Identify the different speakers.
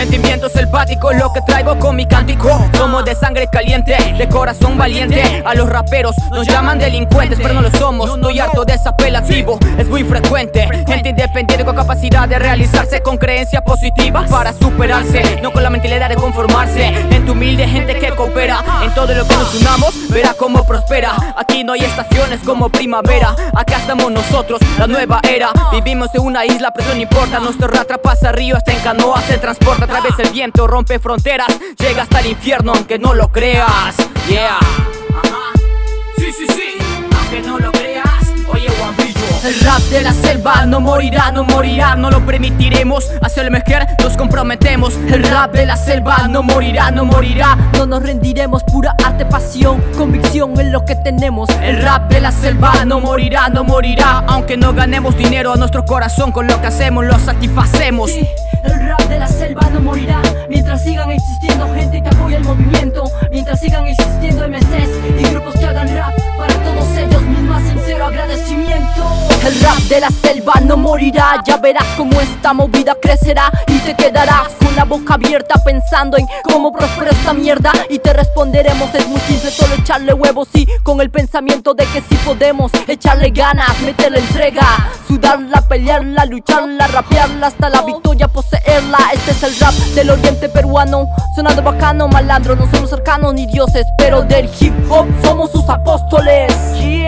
Speaker 1: Sentimientos selváticos, lo que traigo con mi cántico. Somos de sangre caliente, de corazón valiente. A los raperos nos llaman delincuentes, pero no lo somos. Estoy harto de ese apelativo, es muy frecuente. Gente independiente con capacidad de realizarse, con creencias positivas para superarse, no con la mentalidad de conformarse. Gente humilde, gente que coopera. En todo lo que nos unamos, verá cómo prospera. Aquí no hay estaciones como primavera. Acá estamos nosotros, la nueva era. Vivimos en una isla, pero no importa. Nuestro ratra pasa río, hasta en canoa se transporta. Atraviesa el viento, rompe fronteras, llega hasta el infierno, aunque no lo creas. Yeah. Sí, sí, sí, aunque no lo creas. Oye, Guambillo. El rap de la selva no morirá, no morirá, no lo permitiremos. Hacia el mejor nos comprometemos. El rap de la selva no morirá, no morirá.
Speaker 2: No nos rendiremos, pura arte, pasión, convicción en lo que tenemos.
Speaker 1: El rap de la selva no morirá, no morirá. Aunque no ganemos dinero, a nuestro corazón con lo que hacemos lo satisfacemos.
Speaker 2: Sí, el rap de la selva no morirá. Mientras sigan existiendo gente que apoya el movimiento, mientras sigan existiendo MCs y grupos que hagan rap, para todos ellos mi más sincero agradecimiento. El rap de la selva no morirá, ya verás cómo esta movida crecerá y te quedarás con la boca abierta pensando en cómo prospera esta mierda. Y te responderemos, es muy simple, solo echarle huevos y con el pensamiento de que sí podemos echarle ganas, meterle entrega, sudarla, pelearla, lucharla, rapearla hasta la victoria, poseerla. Este es el rap del oriente peruano, sonando bacano, malandro, no somos cercanos ni dioses, pero del hip hop somos sus apóstoles.